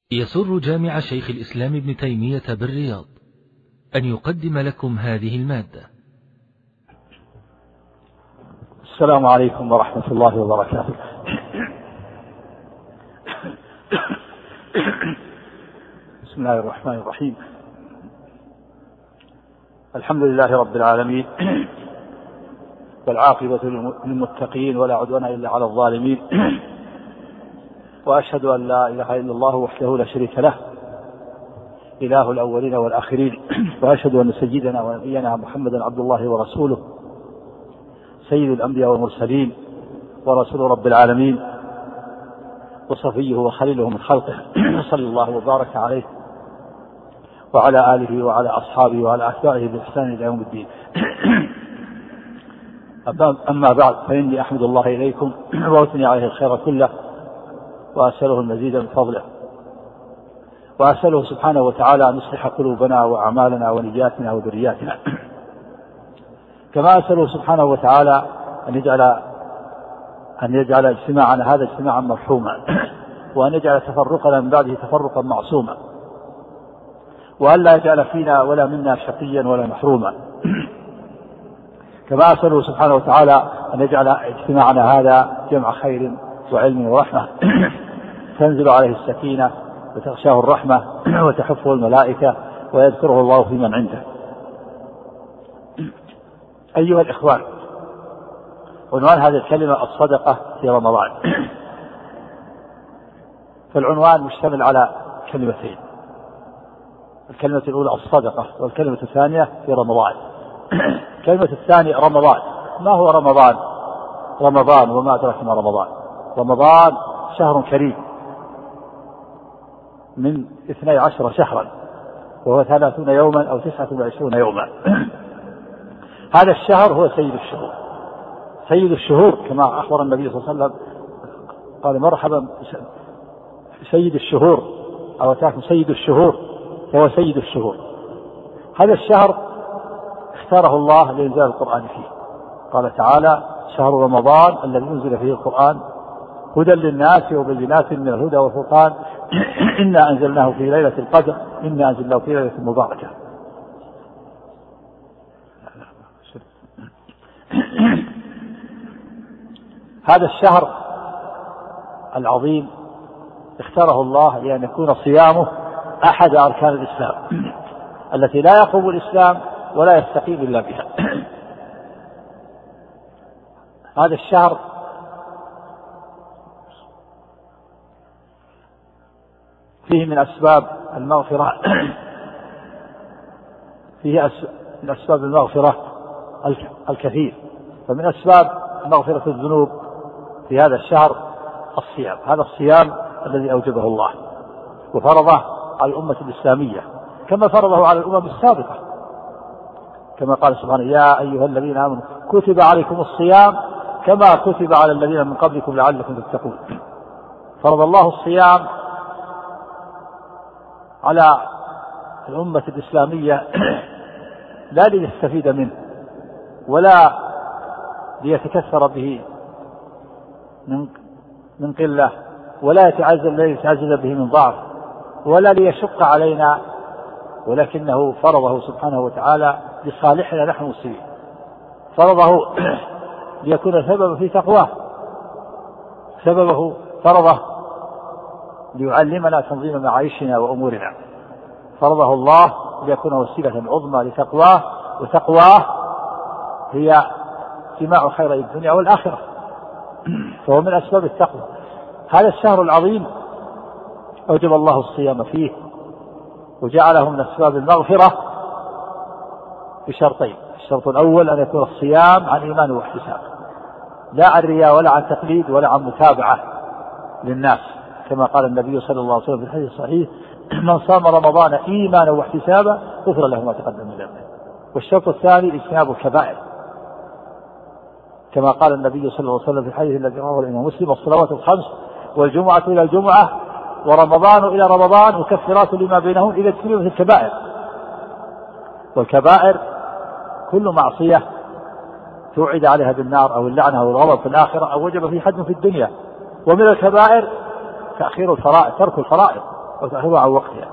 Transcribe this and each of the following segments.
يسر جامع شيخ الإسلام ابن تيمية بالرياض أن يقدم لكم هذه المادة. السلام عليكم ورحمة الله وبركاته. بسم الله الرحمن الرحيم. الحمد لله رب العالمين، والعاقبة للمتقين ولا عدوان إلا على الظالمين، وأشهد أن لا إله إلا الله وحده لا شريك له إله الأولين والآخرين، وأشهد أن سيدنا ونبينا محمدا عبد الله ورسوله سيد الأنبياء والمرسلين ورسول رب العالمين وصفيه وخليله من خلقه، صلى الله وبارك عليه وعلى آله وعلى أصحابه وعلى أتباعه بإحسان إلى يوم الدين. أما بعد، فإني أحمد الله إليكم وأثني عليه الخير كله، وأسأله المزيد من فضله، وأسأله سبحانه وتعالى أن يصلح قلوبنا وأعمالنا ونياتنا وذرياتنا، كما أسأله سبحانه وتعالى أن يجعل اجتماعنا هذا اجتماعا مرحوما، وأن يجعل تفرقنا من بعده تفرقا معصوما، وأن لا يجعل فينا ولا منا شقيا ولا محروما، كما أسأله سبحانه وتعالى أن يجعل اجتماعنا هذا جمع خير وعلم ورحمة تنزل عليه السكينة وتغشاه الرحمة وتحفه الملائكة ويذكره الله في من عنده. أيها الإخوان، عنوان هذه الكلمة الصدقة في رمضان. فالعنوان مشتمل على كلمتين، الكلمة الأولى الصدقة، والكلمة الثانية في رمضان. الكلمة الثانية رمضان. ما هو رمضان؟ رمضان وما أدرك ما رمضان. رمضان شهر كريم من 12 شهرا، وهو 30 يوما أو 29 يوما. هذا الشهر هو سيد الشهور. سيد الشهور كما أخبر النبي صلى الله عليه وسلم، قال مرحبا سيد الشهور، أو أتاكم سيد الشهور، فهو سيد الشهور. هذا الشهر اختاره الله لإنزال القرآن فيه. قال تعالى: شهر رمضان الذي أنزل فيه القرآن هدى للناس وبينات من الهدى والفرقان إنا أنزلناه في ليلة القدر إنا أنزلناه في ليلة مباركة. هذا الشهر العظيم اختاره الله لأن يكون صيامه أحد أركان الإسلام التي لا يقوم الإسلام ولا يستقيم إلا بها. هذا الشهر فيه من أسباب المغفرة من أسباب المغفرة الكثير. فمن أسباب مغفرة الذنوب في هذا الشهر الصيام. هذا الصيام الذي أوجبه الله وفرضه على الأمة الإسلامية كما فرضه على الأمم السابقة، كما قال سبحانه: يا أيها الذين آمنوا كتب عليكم الصيام كما كتب على الذين من قبلكم لعلكم تتقون. فرض الله الصيام على الأمة الإسلامية لا ليستفيد منه ولا ليتكثر به من قلة، ولا يتعزز به من ضعف، ولا ليشق علينا، ولكنه فرضه سبحانه وتعالى لصالحنا نحن المسلمين. فرضه ليكون سببا في تقواه، فرضه ليعلمنا تنظيم معايشنا وأمورنا. فرضه الله ليكون وسيلة عظمى لتقواه، وتقواه هي جماع خير الدنيا والآخرة، فهو من أسباب التقوى. هذا الشهر العظيم أوجب الله الصيام فيه وجعله من أسباب المغفرة بشرطين: الشرط الأول أن يكون الصيام عن إيمان واحتساب، لا عن رياء ولا عن تقليد ولا عن متابعة للناس، كما قال النبي صلى الله عليه وسلم في الحديث الصحيح: من صام رمضان إيمانا واحتسابا غفر له ما تقدم من ذنبه. والشرط الثاني اجتناب الكبائر، كما قال النبي صلى الله عليه وسلم في الحديث الذي رواه الإمام مسلم: الصلوات الخمس والجمعة إلى الجمعة ورمضان إلى رمضان مكفرات لما بينهم إذا اجتنبت الكبائر. والكبائر كل معصية توعد عليها بالنار أو اللعنة أو الغضب في الآخرة أو وجب في حد في الدنيا. ومن الكبائر تأخير الفرائض، ترك الفرائض، وتأخرها عن وقتها.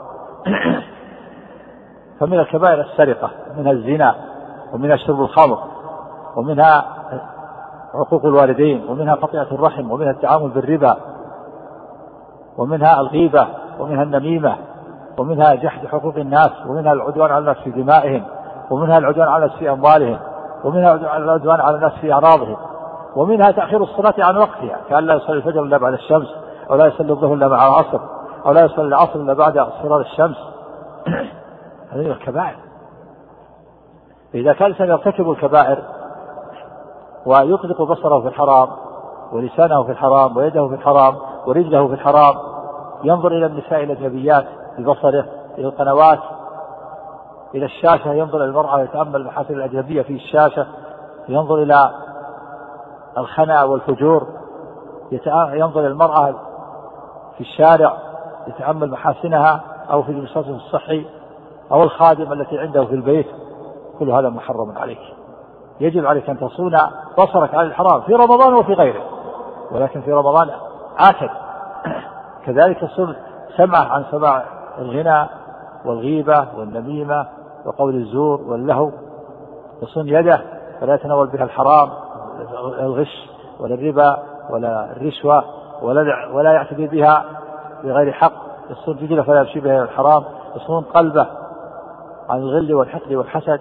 فمن الكبائر السرقة، ومنها الزنا، ومنها شرب الخمر، ومنها عقوق الوالدين، ومنها قطيعة الرحم، ومنها التعامل بالربا، ومنها الغيبة، ومنها النميمة، ومنها جحد حقوق الناس، ومنها العدوان على الناس في دمائهم، ومنها العدوان على الناس في أموالهم، ومنها العدوان على الناس في أعراضهم، ومنها تأخير الصلاة عن وقتها، كأن لا يصلي الفجر إلا بعد الشمس، أو لا يصلي الظهر إلا مع العصر، أو لا يصلي العصر إلا بعد اصفرار الشمس. هذه الكبائر. إذا كان الإنسان يرتكب الكبائر ويطلق بصره في الحرام، ولسانه في الحرام، ويده في الحرام، ورجله في الحرام، ينظر إلى النساء الأجنبيات ببصره، إلى القنوات، إلى الشاشة، ينظر إلى المرأة ويتأمل المحاسن الأجنبية في الشاشة، ينظر إلى الخنا والفجور، ينظر إلى المرأة في الشارع يتأمل محاسنها، أو في المستشفى الصحي، أو الخادم التي عنده في البيت، كل هذا محرم عليك. يجب عليك أن تصون بصرك عن الحرام في رمضان وفي غيره، ولكن في رمضان آكد. كذلك تصون سمعه عن سماع الغنى والغيبة والنميمة وقول الزور واللهو، تصون يده فلا يتناول بها الحرام، الغش ولا الربا ولا الرشوة ولا يعتدي بها بغير حق، يصون رجله فلا يمشي بها الحرام، يصون قلبه عن الغل والحقد والحسد.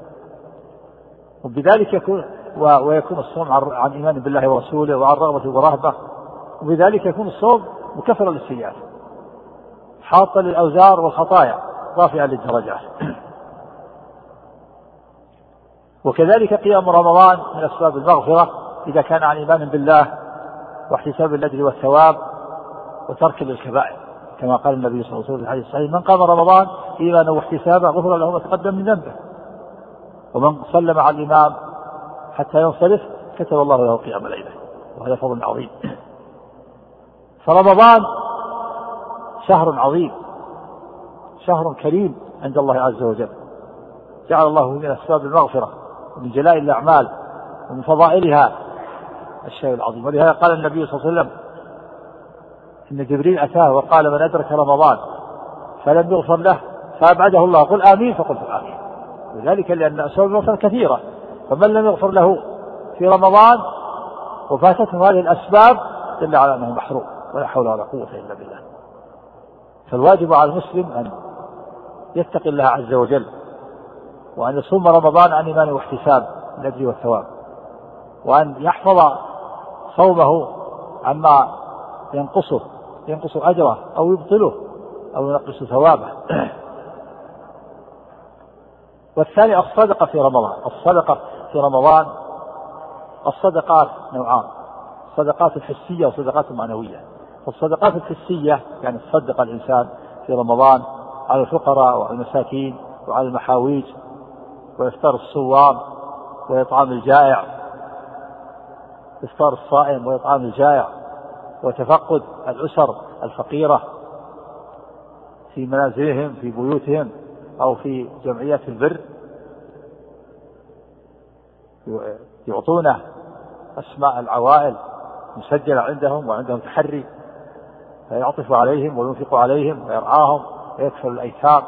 وبذلك ويكون الصوم عن إيمان بالله ورسوله وعن رغبة ورهبة، وبذلك يكون الصوم مكفرا للسيئات، حاطا للأوزار والخطايا، رافعا للدرجات. وكذلك قيام رمضان من أسباب المغفرة إذا كان عن إيمان بالله واحتساب الأجر والثواب وترك للكبائر، كما قال النبي صلى الله عليه وسلم في الحديث الصحيح: من قام رمضان إيمانا واحتسابا غفر له ما تقدم من ذنبه، ومن صلى مع الإمام حتى ينصرف كتب الله له قيام ليلة، وهذا فضل عظيم. فرمضان شهر عظيم، شهر كريم عند الله عز وجل، جعل الله من أسباب المغفرة ومن جلاء الأعمال ومن فضائلها الشيء العظيم. ولهذا قال النبي صلى الله عليه وسلم إن جبريل أتاه وقال: من أدرك رمضان فلم يغفر له فأبعده الله، قل آمين، فقلت آمين. وذلك لأن أسباب المغفرة كثيرة، فمن لم يغفر له في رمضان وفاتته هذه الأسباب دل على أنه محروم، ولا حول ولا قوة إلا بالله. فالواجب على المسلم أن يتقي الله عز وجل، وأن يصوم رمضان عن إيمان واحتساب الأجر والثواب، وأن يحفظ صومه عما ينقص أجره أو يبطله أو ينقص ثوابه. والثاني الصدقة في رمضان. الصدقة في رمضان الصدقات نوعان: الصدقات الحسية والصدقات المعنوية. فالصدقات الحسية يعني تصدق الإنسان في رمضان على الفقراء وعلى المساكين وعلى المحاويج، وإفطار الصوام وإطعام الجائع، إفطار الصائم وإطعام الجائع، وتفقد الأسر الفقيرة في منازلهم في بيوتهم أو في جمعيات البر، يعطونه أسماء العوائل مسجلة عندهم وعندهم تحري، فيعطف عليهم وينفق عليهم ويرعاهم ويكفل الأيتام،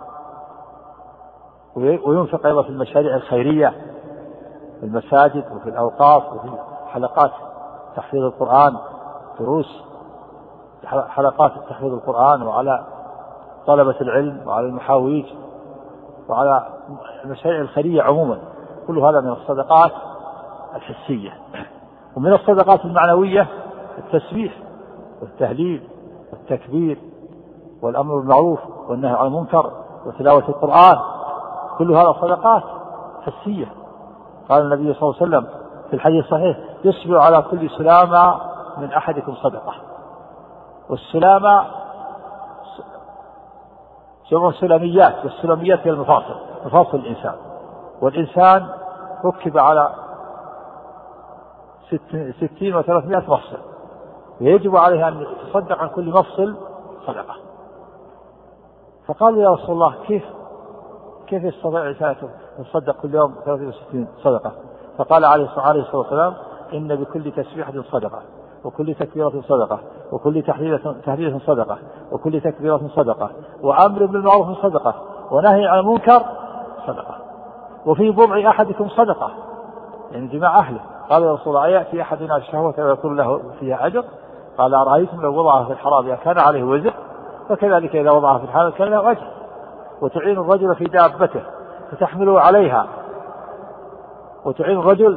وينفق أيضا في المشاريع الخيرية في المساجد وفي الأوقاف وفي حلقات تحفيظ القرآن، دروس حلقات تحفيظ القرآن، وعلى طلبة العلم وعلى المحاويج وعلى المشاريع الخيرية عموما. كل هذا من الصدقات الحسية. ومن الصدقات المعنوية التسبيح والتهليل والتكبير والأمر بالمعروف والنهي عن المنكر وتلاوة القرآن، كل هذا صدقات حسية. قال النبي صلى الله عليه وسلم في الحديث الصحيح: يصبح على كل سلامة من أحدكم صدقة. والسلامة جمع سلاميات، والسلاميات هي مفاصل الإنسان، والإنسان ركب على 60 و300 مفصل، ويجب عليه أن يتصدق عن كل مفصل صدقة. فقالوا: يا رسول الله كيف يستطيع الإنسان يتصدق كل يوم 63 صدقة؟ فقال عليه الصلاة والسلام: إن بكل تسبيحة صدقة، وكل تكبيرة صدقة، وكل تحليلة صدقة، وكل تكبيرة صدقة، وأمر بالمعروف صدقة، ونهي عن المنكر صدقة، وفي بضع أحدكم صدقة، يعني جماع أهله. قال يا رسول الله يأتي أحدنا الشهوة ويكون له فيها أجر؟ قال أرأيتم لو وضعها في الحرام كان عليه وزر؟ فكذلك إذا وضعها في الحلال كان له أجر. وتعين الرجل في دابته فتحمله عليها، وتعين الرجل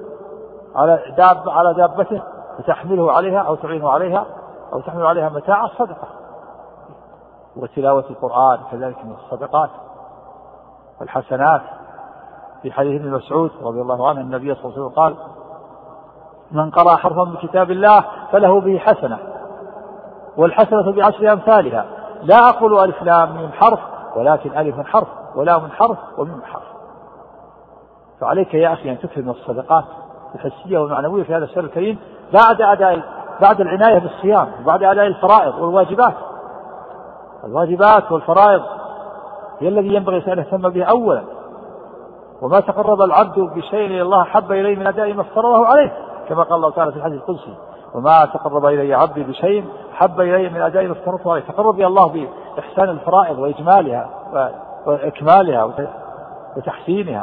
على دابته فتحمله عليها أو تعينه عليها أو تحمل عليها متاع الصدقة. وتلاوة القرآن كذلك من الصدقات والحسنات. في حديث ابن مسعود رضي الله عنه النبي صلى الله عليه وسلم قال: من قرأ حرفا من كتاب الله فله به حسنة، والحسنة بعشر أمثالها، لا أقول ألف لام ميم حرف، ولكن ألف حرف ولام حرف وميم حرف. فعليك يا أخي أن تكثر من الصدقات الحسية والمعنوية في هذا الشهر الكريم بعد العناية بالصيام وبعد أداء الفرائض والواجبات. الواجبات والفرائض هي الذي ينبغي أن يهتم به أولا. وما تقرب العبد بشيء إلى الله حب إليه من أداء ما افترضه عليه، كما قال الله تعالى في الحديث القدسي: وما تقرب إلي عبدي بشيء حب إليه من أداء ما افترضه عليه. تقرب إلى الله بإحسان الفرائض وإجمالها وإكمالها وتحسينها.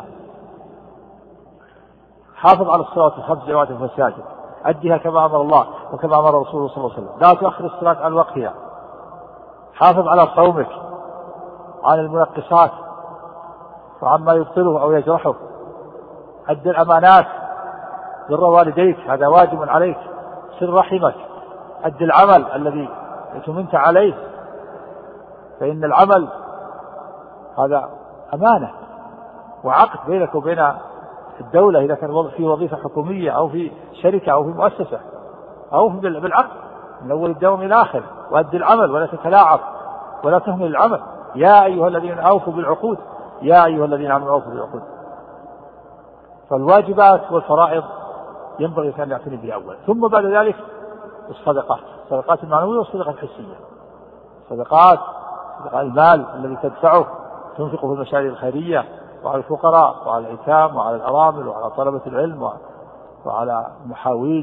حافظ على الصلاة الخمس جماعة في المساجد، أدها كما أمر الله وكما أمر رسوله صلى الله عليه وسلم، لا تؤخر الصلاة عن وقتها. حافظ على صومك عن المنقصات وعما يبطله أو يجرحه. أد الأمانات، بر والديك هذا واجب عليك، صل رحمك، أد العمل الذي اؤتمنت عليه، فإن العمل هذا أمانة وعقد بينك وبين الدولة إذا كان في وظيفة حكومية أو في شركة أو في مؤسسة أو بالعقد من أول الدوام إلى آخر. وأد العمل ولا تتلاعب ولا تهمل العمل. يا أيها الذين أوفوا بالعقود، يا أيها الذين آمنوا أوفوا بالعقود. فالواجبات والفرائض ينبغي أن يعتني بها أولا، ثم بعد ذلك الصدقات المعنوية والصدقات الحسية. صدقات المال الذي تدفعه تنفقه في المشاريع الخيرية وعلى الفقراء وعلى الأيتام وعلى الأرامل وعلى طلبة العلم وعلى المحاويج.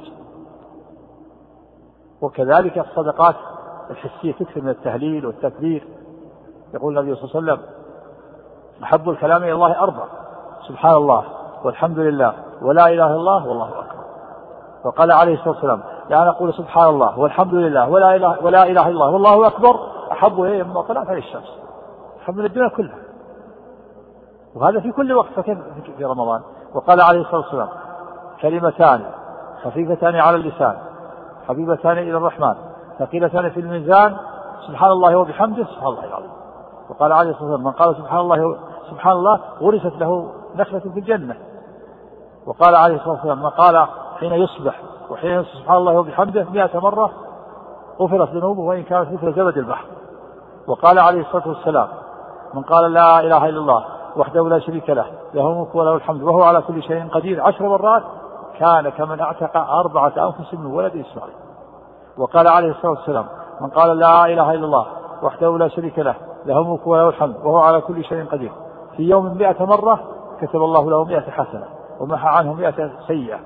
وكذلك الصدقات الحسية تكثر من التهليل والتكبير. يقول النبي صلى الله عليه وسلم: أحب الكلام إلى الله أربع: سبحان الله والحمد لله ولا إله إلا الله والله أكبر. وقال عليه الصلاة والسلام: لا نقول سبحان الله والحمد لله ولا إله إلا الله والله أكبر أحب إليه مما طلعت عليه الشمس. أحب من الدنيا كلها، وهذا في كل وقت، فكيف في رمضان؟ وقال عليه الصلاة والسلام: كلمتان خفيفتان على اللسان حبيبتان إلى الرحمن ثقيلتان في الميزان سبحان الله وبحمده سبحان الله العظيم. وقال عليه الصلاة والسلام: من قال سبحان الله غرست له نخلة في الجنة. وقال عليه الصلاة والسلام: من قال حين يصبح وحين يصبح سبحان الله وبحمده 100 مرة غفرت ذنوبه وإن كانت مثل زبد البحر. وقال عليه الصلاة والسلام: من قال لا إله إلا الله وحده لا شريك له له الملك وله الحمد وهو على كل شيء قدير 10 مرات كان كمن اعتق 4 أنفس من ولد إسماعيل. وقال عليه الصلاة والسلام: من قال لا إله إلا الله وحده لا شريك له له الملك وله الحمد وهو على كل شيء قدير في يوم 100 مرة كتب الله له 100 حسنة ومحى عنه 100 سيئة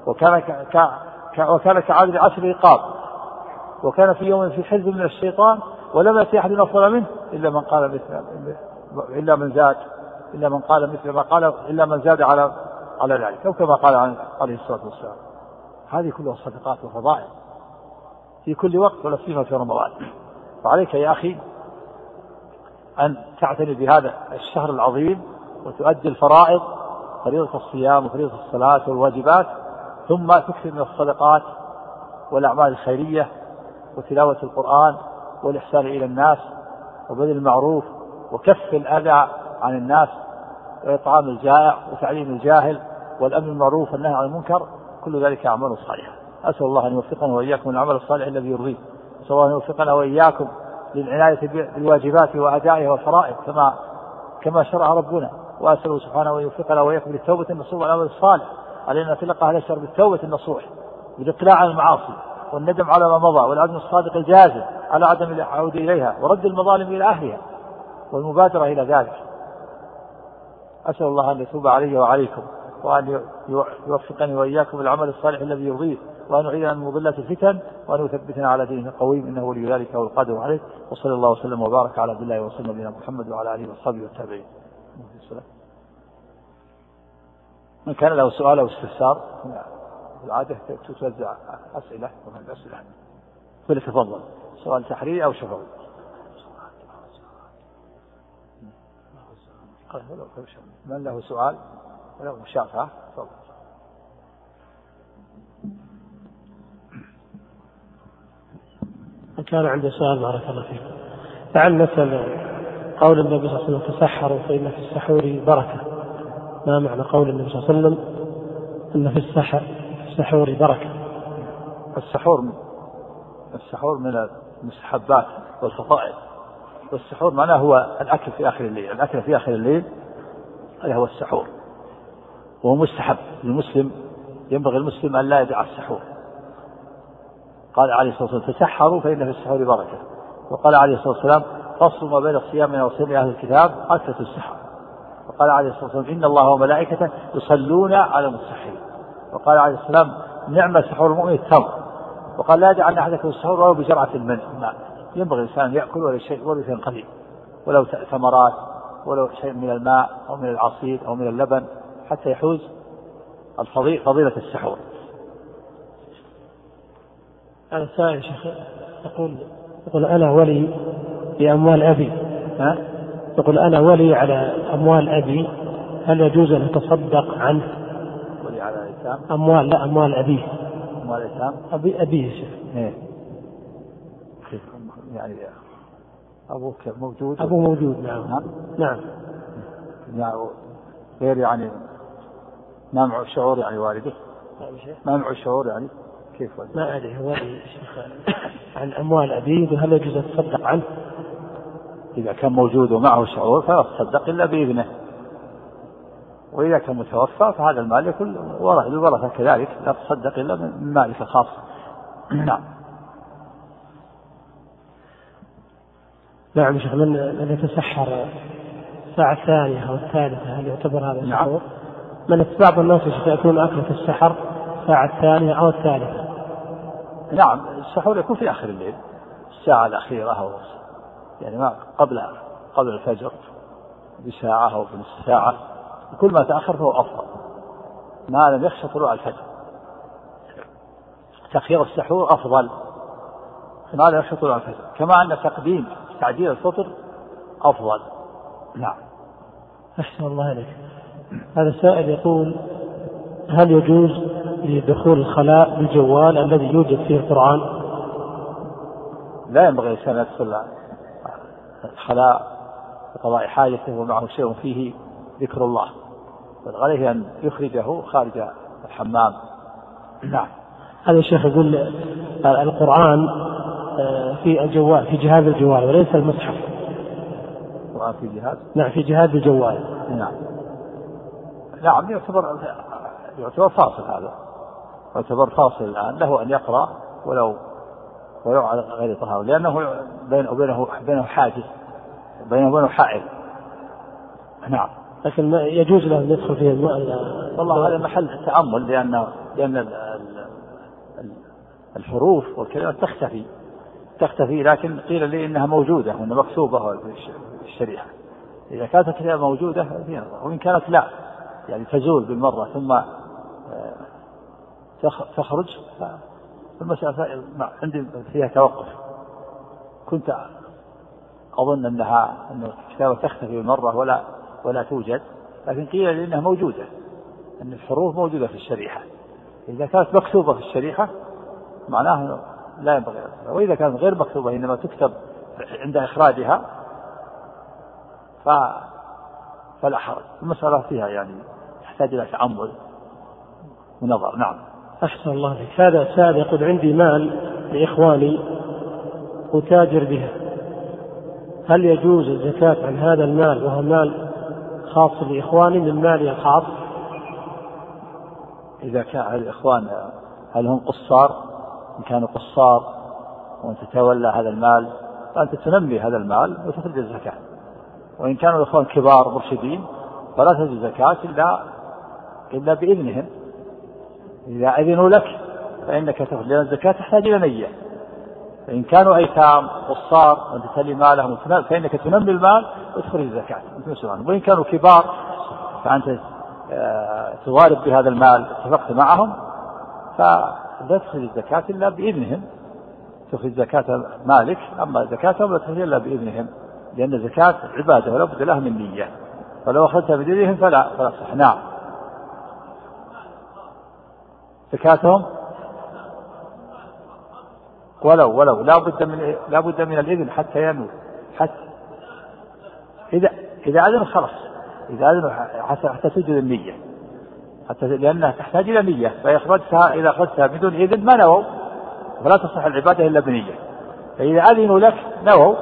وكان كعدل 10 رقاب. وكان في يوم في حزب من الشيطان ولم يأتي أحد أفضل منه إلا من زاد على ذلك، أو كما قال عليه الصلاة والسلام. هذه كلها صدقات وفضائل في كل وقت ولا سيما في رمضان. فعليك يا أخي أن تعتني بهذا الشهر العظيم وتؤدي الفرائض، فريضة الصيام وفريضة الصلاة والواجبات، ثم تكثر من الصدقات والأعمال الخيرية وتلاوة القرآن والإحسان إلى الناس وبذل المعروف وكف الأذى عن الناس وإطعام الجائع وتعليم الجاهل والأمر بالمعروف والنهي عن المنكر. كل ذلك أعمال صالحة. أسأل الله أن يوفقنا وإياكم العمل الصالح الذي يرضيه. أسأل الله أن يوفقنا وإياكم للعناية بالواجبات وأدائها والفرائض كما شرع ربنا. وأسأله سبحانه أن يوفقنا وإياكم للتوبة النصوح والعمل الصالح. علينا نتلقى هذا الشهر بالتوبة النصوح بالاقلاع عن المعاصي والندم على ما مضى والعزم الصادق الجازم على عدم العودة إليها ورد المظالم إلى أهلها والمبادرة إلى ذلك. أسأل الله أن يتوب علي وعليكم وأن يوفقني وإياكم بالعمل الصالح الذي يرضيه، وأن يعيذنا من مضلات الفتن، وأن يثبتنا على دينه القويم، إنه ولي ذلك والقادر عليه. وصلى الله وسلم وبارك على عبد الله ورسوله نبينا محمد وعلى آله وصحبه والتابعين. من كان له سؤال أو استفسار العادة تتوزع أسئلة ومن الأسئلة فليتفضل، سؤال تحريري أو شفوي. من له سؤال ولو مشافهة تفضل. كان عندي سؤال بارك الله فيك. تعال نسأل قول النبي صلى الله عليه وسلم تسحروا فإن في السحور بركة. ما معنى قول النبي صلى الله عليه وسلم أن في السحور بركة؟ السحور من المستحبات والفضائل، والسحور معناه هو الأكل في آخر الليل. الأكل في آخر الليل هذا هو السحور، وهو مستحب للمسلم. ينبغي المسلم أن لا يدع السحور. قال عليه الصلاة والسلام تسحروا فإن في السحور بركة. وقال عليه الصلاة والسلام فصل ما بين صيامنا وصيام أهل الكتاب أكلة السحر. وقال عليه الصلاة والسلام إن الله وملائكته يصلون على المسحرين. وقال عليه الصلاة والسلام نعم سحور المؤمن التمر. وقال لا يدعن أحدكم السحور ولو بجرعة من ماء. ينبغي الإنسان أن يأكل ولا شيء قليل، ولو ثمرات، ولو شيء من الماء أو من العصير أو من اللبن، حتى يحوز فضيلة السحور. هذا السائل يا شيخ يقول أنا ولي بأموال أبي. يقول أنا ولي على أموال أبي، هل يجوز أن أتصدق عنه؟ ولي على الأيتام؟ أموال أبيه. أموال الأيتام؟ أبيه يا شيخ. يعني أبوك موجود؟ أبوه موجود. نعم. يعني غير يعني مانع الشعور يعني والده؟ مانع الشعور يعني كيف والده؟ ما أدري هو شيخ عن أموال أبيه، هل يجوز أن أتصدق عنه؟ إذا كان موجود ومعه شعور فلا تصدق إلا بإذنه، وإذا كان متوفى فهذا المال يكون الورثة كذلك، لا تصدق إلا من مالك الخاص. نعم شيخ. من يتسحر الساعة الثانية أو الثالثة هل يعتبر هذا سحور؟ من بعض الناس يأكلون أكلة السحر الساعة الثانية أو الثالثة. نعم السحور يكون في آخر الليل، الساعة الأخيرة أو يعني ما قبل الفجر بساعة أو بنصف ساعة. كل ما تأخر فهو أفضل ما لم يخشى طلوع الفجر. تأخير السحور أفضل ما لم يخشى طلوع الفجر، كما أن تعجيل الفطر أفضل. نعم. أحسن الله إليك. هذا سائل يقول هل يجوز لدخول الخلاء بالجوال الذي يوجد فيه القرآن؟ لا ينبغي الإنسان يدخل الخلاء لقضاء حاجته ومعه شيء فيه ذكر الله، بل عليه أن يخرجه خارج الحمام. نعم. هذا الشيخ يقول القرآن في الجوال، في جهاز الجوال وليس المصحف. القرآن في جهاز؟ نعم في جهاز الجوال. نعم يعتبر فاصل. هذا يعتبر فاصل الآن، له أن يقرأ ولو على غير طهارة، لأنه بينه حاجز، بينه حائل. نعم. لكن ما يجوز له أن يدخل فيه والله هذا محل التأمل، لأن الحروف والكلمات تختفي، لكن قيل لي إنها موجودة وإنها مكتوبة في الشريعة. إذا كانت الكلمة موجودة في نظر، وإن كانت لا يعني تزول بالمرة ثم تخرج، المسألة عندي فيها توقف. كنت أظن أن الكتابة تختفي بالمرة ولا توجد، لكن قيل لي إنها موجودة، أن الحروف موجودة في الشريحة. إذا كانت مكتوبة في الشريحة معناه لا ينبغي، وإذا كانت غير مكتوبة إنما تكتب عند إخراجها فلا حرج. المسألة فيها يعني تحتاج إلى تأمل ونظر. نعم. أحسن الله لك. هذا سائل يقول عندي مال لإخواني أتاجر بها، هل يجوز الزكاة عن هذا المال وهو مال خاص لإخواني من مالي الخاص؟ إذا كان الإخوان هل هم قصار؟ إن كانوا قصار وأن تتولى هذا المال فأنت تنمي هذا المال وتخرج الزكاة. وإن كانوا الإخوان كبار مرشدين فلا تجوز الزكاة إلا إلا بإذنهم. إذا أذنوا لك فإنك تخرج، لأن الزكاة تحتاج إلى نية. فإن كانوا أيتام قصار وأنت تلي مالهم فإنك تنمي المال وتخرج الزكاة. وإن كانوا كبار فأنت تضارب بهذا المال، اتفقت معهم، فلا تخرج الزكاة إلا بإذنهم. تخرج زكاة مالك، أما زكاتهم لا تخرج إلا بإذنهم، لأن الزكاة عبادة ولا بد لها من نية، فلو أخذتها بإذنهم فلا صح. نعم. زكاتهم ولو لا بد من الإذن حتى ينوي، إذا أذن خلاص، إذا أذن حتى تجد النية، لأنها تحتاج إلى نية، إذا أخذتها بدون إذن ما نووا، فلا تصح العبادة إلا بنية. فإذا أذنوا لك نووا.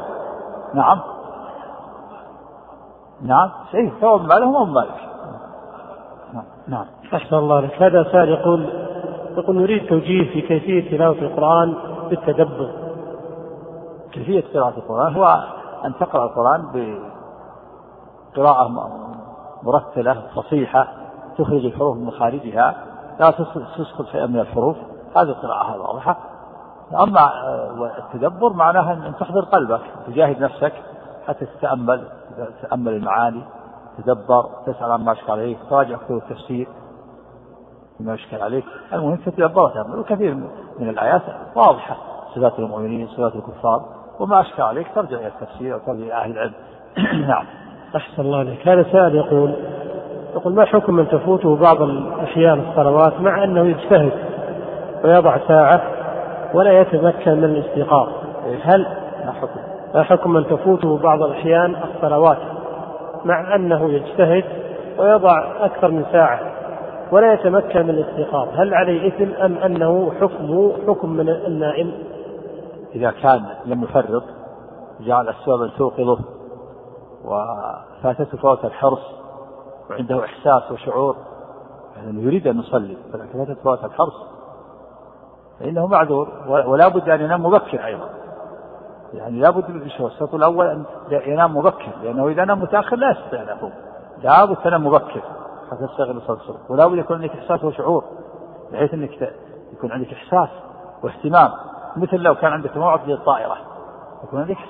نعم صحيح، سواء مالهم أو مالك. نعم. أحسن الله لك. هذا سائل يقول نريد توجيه في كيفية تلاوة القرآن بالتدبر. كيفية قراءة القرآن هو أن تقرأ القرآن بقراءة مرتلة فصيحة، تخرج الحروف من مخارجها، لا تسقط شيئا من الحروف. هذه القراءة واضحة. أما التدبر معناها أن تحضر قلبك، تجاهد نفسك حتى تتأمل المعاني، تدبر، تسأل عما أشكال عليك، تراجع كتب التفسير ما أشكال عليك. المهم تتدبرها، وكثير من الآيات واضحة، صفات المؤمنين، صفات الكفار، وما أشكال عليك ترجع إلى التفسير وترجع إلى أهل العلم. نعم. أحسن الله عليك. هذا سائل يقول ما حكم من تفوته بعض الأحيان الصلوات مع أنه يجتهد ويضع ساعة ولا يتمكن من الاستيقاظ؟ هل ما حكم من تفوته بعض الأحيان الصلوات مع أنه يجتهد ويضع أكثر من ساعة ولا يتمكن من الاستيقاظ، هل عليه إثم أم أنه حكم من النائم؟ إذا كان لم يفرط جعل أسبابا توقظه وفاتته فوات الحرص وعنده إحساس وشعور أنه يريد أن يصلي، فلكن فاتته فوات الحرص فإنه معذور، ولا بد أن ينام مبكر أيضا. يعني لا بد من الشوط الأول أن ينام مبكر، لأنه إذا نام متأخر لا يستطيع أن يقوم. لا بد تنام مبكر حتى تشتغل صلاة الصبح، ولا بد يكون عندك إحساس وشعور بحيث أنك يكون عندك إحساس واهتمام، مثل لو كان عندك موعد للطائرة يكون عندك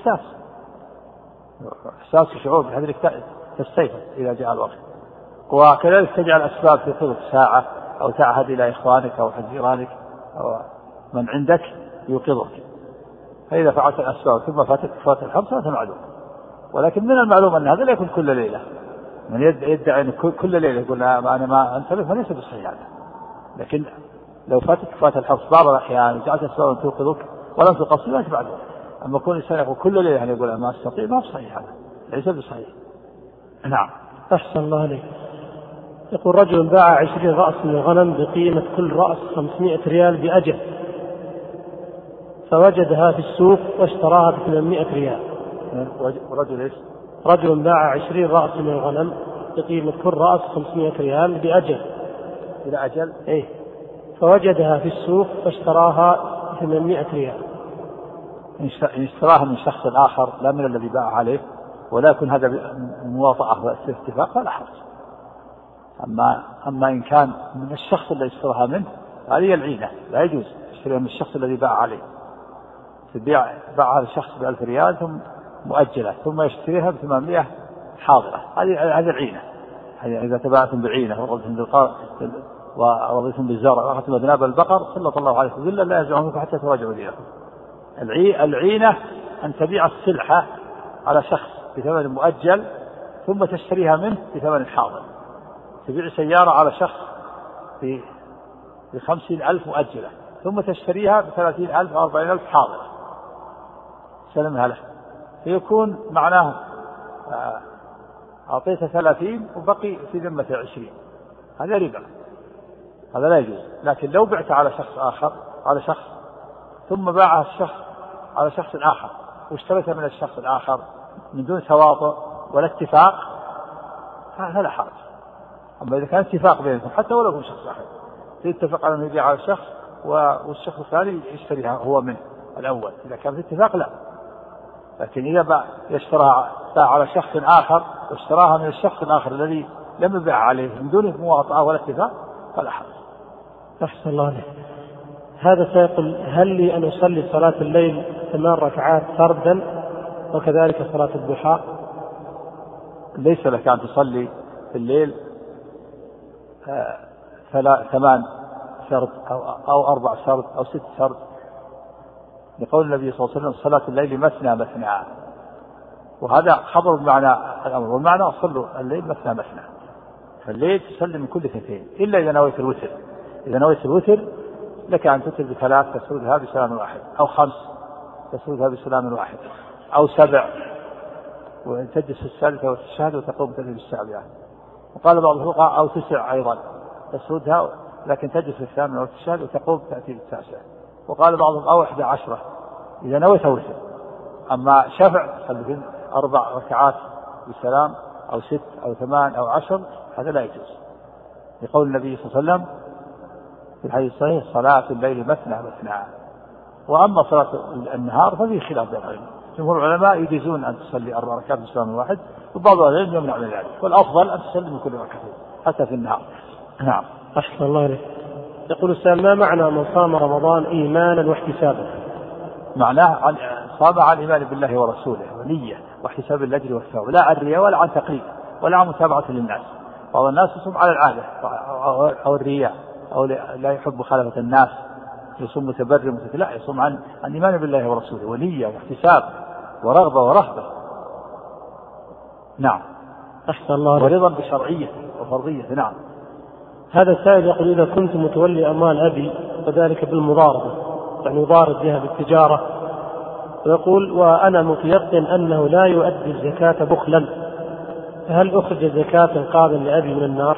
إحساس وشعور بحيث أنك تستيقظ إذا جاء الوقت. وكذلك تجعل أسباب في طول ساعة أو تعهد إلى إخوانك أو جيرانك أو من عندك يوقظك. فإذا فعلت الأسباب ثم فات الحرص فأنت معلوم. ولكن من المعلوم أن هذا لا يكون كل ليلة. من يدعي أن كل ليلة يقول أنا ما أنتبه فليس بصحيح هذا. لكن لو فات الحرص بعض الأحيان وجعلت أسبابا توقظك ولم تقصر فأنت معلوم. أما كل إنسان يقول كل ليلة يقول أنا ما أستطيع ما بصحيح هذا، ليس بصحيح. نعم. أحسن الله عليك. يقول رجل باع 20 رأس من الغنم بقيمة كل رأس 500 ريال بأجل، فوجدها في السوق واشتراها ب800 ريال. رجل باع 20 رأس من الغنم بقيمة كل رأس 500 ريال بأجل، إلى أجل فوجدها في السوق واشتراها ب800 ريال. إن اشتراها من شخص آخر لا من الذي باع عليه، ولا يكون هذا مواطأة واتفاق فلا حرج. أما إن كان من الشخص الذي اشتراها منه هذه العينة، لا يجوز تشتريها من الشخص الذي باع عليه. باع هذا الشخص ب1000 ريال ثم مؤجلة ثم يشتريها ب800 حاضرة، هذه العينة. إذا تباعتم بعينة ورضيتم بالزرع وأخذتم أذناب البقر سلط الله عليكم ذلا لا يرجعونكم حتى تراجعوا دينكم. العينة أن تبيع السلحة على شخص بثمن مؤجل ثم تشتريها منه بثمن حاضر. تبيع سيارة على شخص ب50,000 مؤجلة ثم تشتريها ب30,000 أو 40,000 حاضرة، سلمها له، فيكون معناه أعطيته 30 وبقي في ذمة 20، هذا ربا، هذا لا يجوز. لكن لو بعت على شخص آخر على شخص ثم باعها الشخص على شخص آخر واشتريتها من الشخص الآخر من دون تواطؤ ولا اتفاق فلا حرج. أما إذا كان اتفاق بينكم حتى ولو كان شخص آخر يتفق على أن يبيع على الشخص والشخص الثاني يشتريها هو منه الأول، إذا كان في اتفاق لا. لكن إذا يشتراها على شخص آخر واشتراها من الشخص الآخر الذي لم يبع عليه من دون مواطأة ولا اتفاق فلا حرج. أحسن الله عليك. هذا سيقول هل لي أن أصلي صلاة الليل 8 ركعات فردا وكذلك صلاة الضحى؟ ليس لك أن تصلي في الليل 8 شرط أو 4 شرط أو 6 شرط، لقول النبي صلى الله عليه وسلم صلاة الليل مثنى مثنى، وهذا خبر بمعنى الأمر، والمعنى صلوا الليل مثنى مثنى، فالليل تصلي من كل 2 إلا إذا نويت الوتر. إذا نويت الوتر لك أن تتر ب3 تسردها بسلام واحد، أو 5 تسردها بسلام واحد، أو 7 وتجلس في الثالثة والتشهد وتقوم تجلس السابعة. وقال بعض الفقهاء أو 9 أيضا تسردها لكن تجلس في الثامنة والتشهد وتقوم تأتي بالتاسعة. وقال بعضهم أو 11 إذا نويت وتر. أما شفع صلي 4 ركعات بسلام أو 6 أو 8 أو 10 هذا لا يجوز، لقول النبي صلى الله عليه وسلم في الحديث الصحيح صلاة الليل مثنى مثنى. وأما صلاة النهار ففي خلاف بين العلماء، جمهور العلماء يجيزون أن تصلي 4 ركعات بسلام واحد، وبعض العلماء يمنع من ذلك، والأفضل أن تصلي من كل ركعتين حتى في النهار. نعم. أحسن الله عليك. يقول السلام ما معنى من صام رمضان إيمانا واحتسابا؟ معناه صام عن إيمان بالله ورسوله ونية واحتساب الأجر والثواب، لا عن رياء ولا عن تقليد ولا عن متابعة للناس. بعض الناس يصوم على العادة أو الرياء أو لا يحب مخالفة الناس، يصوم متبرم لا، يصوم عن إيمان بالله ورسوله ونية واحتساب ورغبة ورهبة. نعم. أحسن الله. ورضا بشرعية وفرضية. نعم. هذا السائل يقول إذا كنت متولي أموال أبي وذلك بالمضاربة، يعني يضارب بها بالتجارة، ويقول وأنا متيقن أنه لا يؤدي الزكاة بخلا، فهل أخرج الزكاة إنقاذا لأبي من النار؟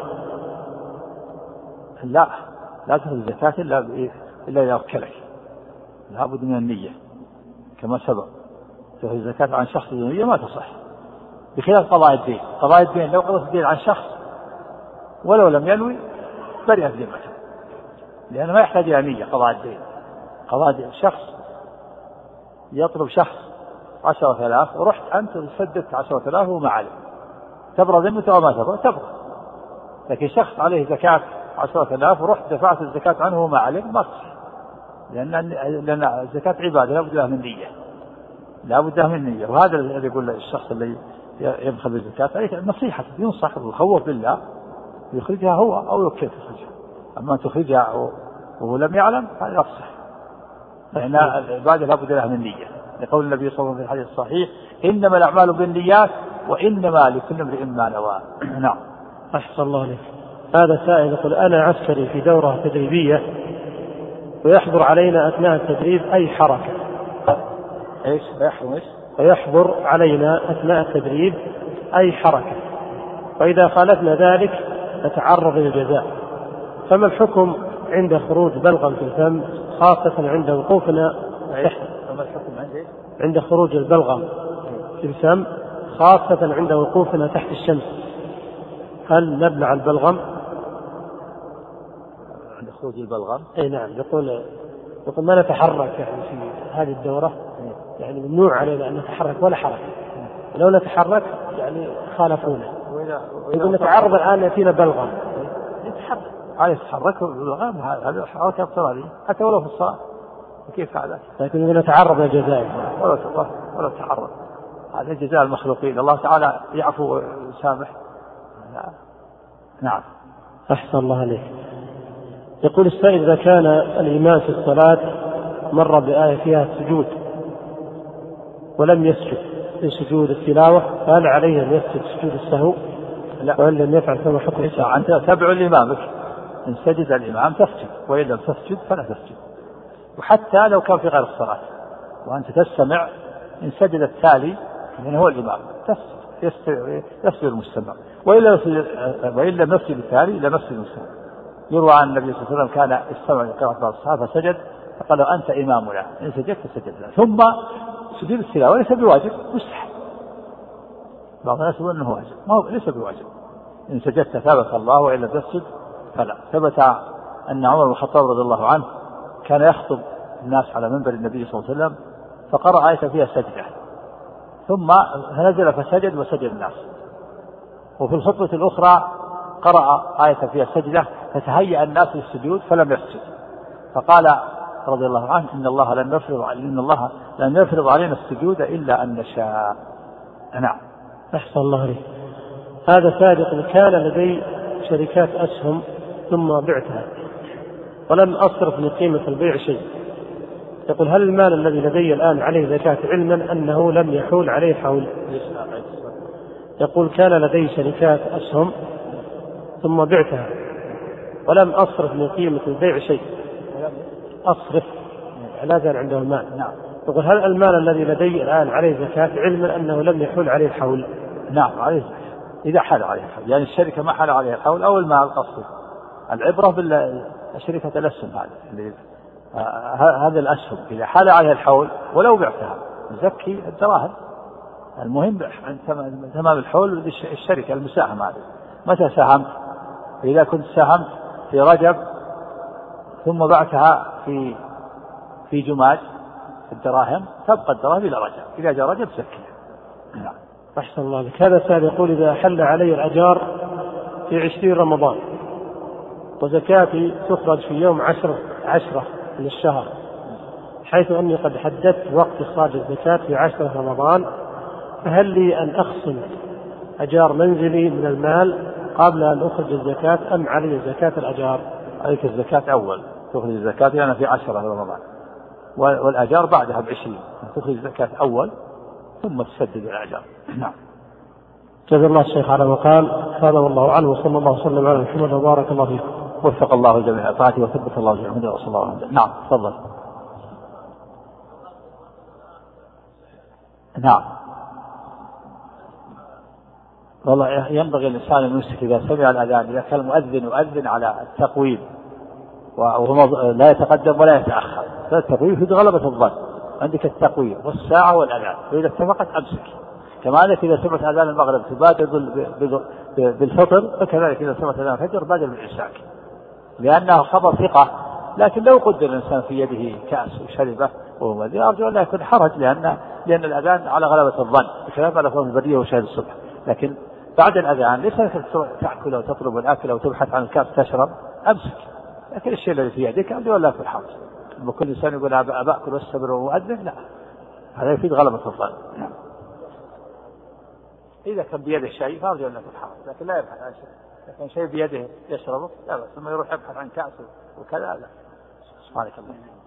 لا تخرج الزكاة إلا إذا وكلك، لابد من النية كما سبق. تخرج الزكاة عن شخص النية ما تصح، بخلاف قضاء الدين. قضاء الدين لو قضت الدين عن شخص ولو لم ينوي برئت ذمته، لأنه ما يحتاج إلى نية. قضاء الدين شخص يطلب شخص 10,000 ورحت أنت سددت 10,000 وما عليه، تبرى ذمته وما تبرى. لكن شخص عليه زكاة 10,000 ورحت دفعت الزكاة عنه وما عليه ما تصح، لأن الزكاة عبادة لا بد لها من نية. وهذا الذي يقول الشخص الذي يبخل بالزكاة عليه نصيحة، ينصح ويخوف بالله يخرجها هو أو يوكل تخرجها. أما تخرجها وهو لم يعلم هذا لا تصح، لأن العبادة لا بد لها من نية، لقول النبي صلى الله عليه وسلم في الحديث الصحيح إنما الأعمال بالنيات وإنما لكل امرئ ما نوى. نعم. أحسن الله عليك. هذا سائل يقول أنا عسكري في دورة تدريبية ويحضر علينا أثناء التدريب أي حركة. ويحضر علينا أثناء التدريب أي حركة، وإذا خالفنا ذلك نتعرض للجزاء، فما الحكم عند خروج بلغم في الفم خاصة عند وقوفنا عند خروج البلغم في الفم خاصة عند وقوفنا تحت الشمس؟ هل نبلع البلغم عند خروج البلغم؟ أي نعم. يقول ما نتحرك يعني في هذه الدورة، يعني ممنوع علينا أن نتحرك ولا حركة، لو نتحرك يعني خالفونا. يقول نتعرض الآن يأتينا بلغم يتحرك البلغم، هذا حركة اضطرارية حتى ولو في الصلاة، كيف هذا؟ لكن إذا نتعرض للجزاء ولا تحرك، هذا جزاء المخلوقين، الله تعالى يعفو ويسامح. نعم. أحسن الله عليك. يقول السائل إذا كان الإمام في الصلاة مر بآية فيها السجود ولم يسجد في سجود التلاوة، فهل عليه أن يسجد سجود السهو؟ لا. وإن لم يفعل فما حكم الساعة؟ أنت تبع الإمام، إن سجد الإمام تسجد، وإن لم تسجد فلا تسجد. وحتى لو كان في غير الصلاة وأنت تستمع، إن سجد التالي يعني هو الإمام يسجد المستمع، وإن لم يسجد التالي لم يسجد المستمع. يروى عن النبي صلى الله عليه وسلم كان يستمع لقراءة بعض الصحابة فسجد، فقال أنت إمامنا إن سجدت سجدنا. ثم سجود التلاوة ليس بواجب، مستحب. بعض الناس يقول أنه واجب، ما هو ليس بواجب. إن سجدت ثابت الله، وإن لم تسجد فلا. ثبت أن عمر بن الخطاب رضي الله عنه كان يخطب الناس على منبر النبي صلى الله عليه وسلم، فقرأ آية فيها سجدة، ثم نزل فسجد وسجد الناس. وفي الخطبة الأخرى قرأ آية فيها سجدة فتهيأ الناس للسجود فلم يسجد، فقال رضي الله عنه إن الله لن يفرض علينا السجود إلا أن نشاء. نعم. أحسن الله عليك. هذا صادق كان لدي شركات أسهم ثم بعتها ولم أصرف لقيمة البيع شيء، يقول هل المال الذي لدي الآن عليه زكاة علما أنه لم يحول عليه حول؟ يقول كان لدي شركات أسهم ثم بعتها ولم أصرف لقيمة البيع شيء، أصرف لا زال عنده المال. نعم. يقول هل المال الذي لدي الآن عليه زكاة علما أنه لم يحول عليه الحول؟ نعم عليه زكاة إذا حال عليه الحول، يعني الشركة ما حال عليها الحول أو المال قصدي، العبرة بالشركة الأسهم هذا الأسهم إذا حال عليها الحول ولو بعتها نزكي الدراهم، المهم تمام الحول الشركة المساهمة هذه. متى ساهمت؟ إذا كنت ساهمت في رجب ثم بعتها في جماد الدراهم تبقى الدراهم إلى رجب، إذا جاء رجب زكيها. نعم. أحسن الله لك. هذا سائل يقول إذا حل علي الأجار في 20 رمضان وزكاتي تخرج في يوم 10 من الشهر، حيث أني قد حددت وقت إخراج الزكاة في 10 رمضان، فهل لي أن أخصم أجار منزلي من المال قبل أن أخرج الزكاة أم علي زكاة الأجار؟ عليك الزكاة أول تخرج الزكاة لأن في 10 رمضان، والأجار بعدها ب20 تخرج الزكاة أول ثم تسدد الأجار. نعم. جزا الله الشيخ على ما قال. هذا والله أعلم، وصلى الله وسلم على محمد وبارك الله فيكم. وفق الله الجميع طاعته وثبت الله جميعا وصلى الله عليه وسلم. نعم تفضل. نعم. والله ينبغي الإنسان أن يمسك إذا سمع الأذان، إذا كان المؤذن يؤذن على التقويم وهو لا يتقدم ولا يتأخر، فالتقويم في غلبة الظن، عندك التقويم والساعة والأذان، فإذا اتفقت أمسك. كما أنك إذا سمعت أذان المغرب تبادر بالفطر، فكذلك إذا سمعت أذان الفجر بادر بالإمساك، لأنه خبر ثقة. لكن لو قدر الإنسان في يده كأس وشربه وهو مذي أرجو أن لا يكون حرج، لأن الأذان على غلبة الظن بخلاف على فرض البرية وشهد الصبح. لكن بعد الأذان ليس لك تأكل أو تطلب الأكل أو تبحث عن الكأس تشرب، أمسك. لكن الشيء الذي في يدك أرجو أن لا يكون حرج. وكل إنسان يقول أبأكل واستمر وأذن، لا، هذا يفيد غلبة الظن. إذا كان بيده شيء فأرجو أن لا يكون حرج، لكن لا يبحث عن شيء. لكن شيء بيده يشربه لا بأس، ثم يروح يبحث عن كأس وكذا لا. سبحانك اللهم.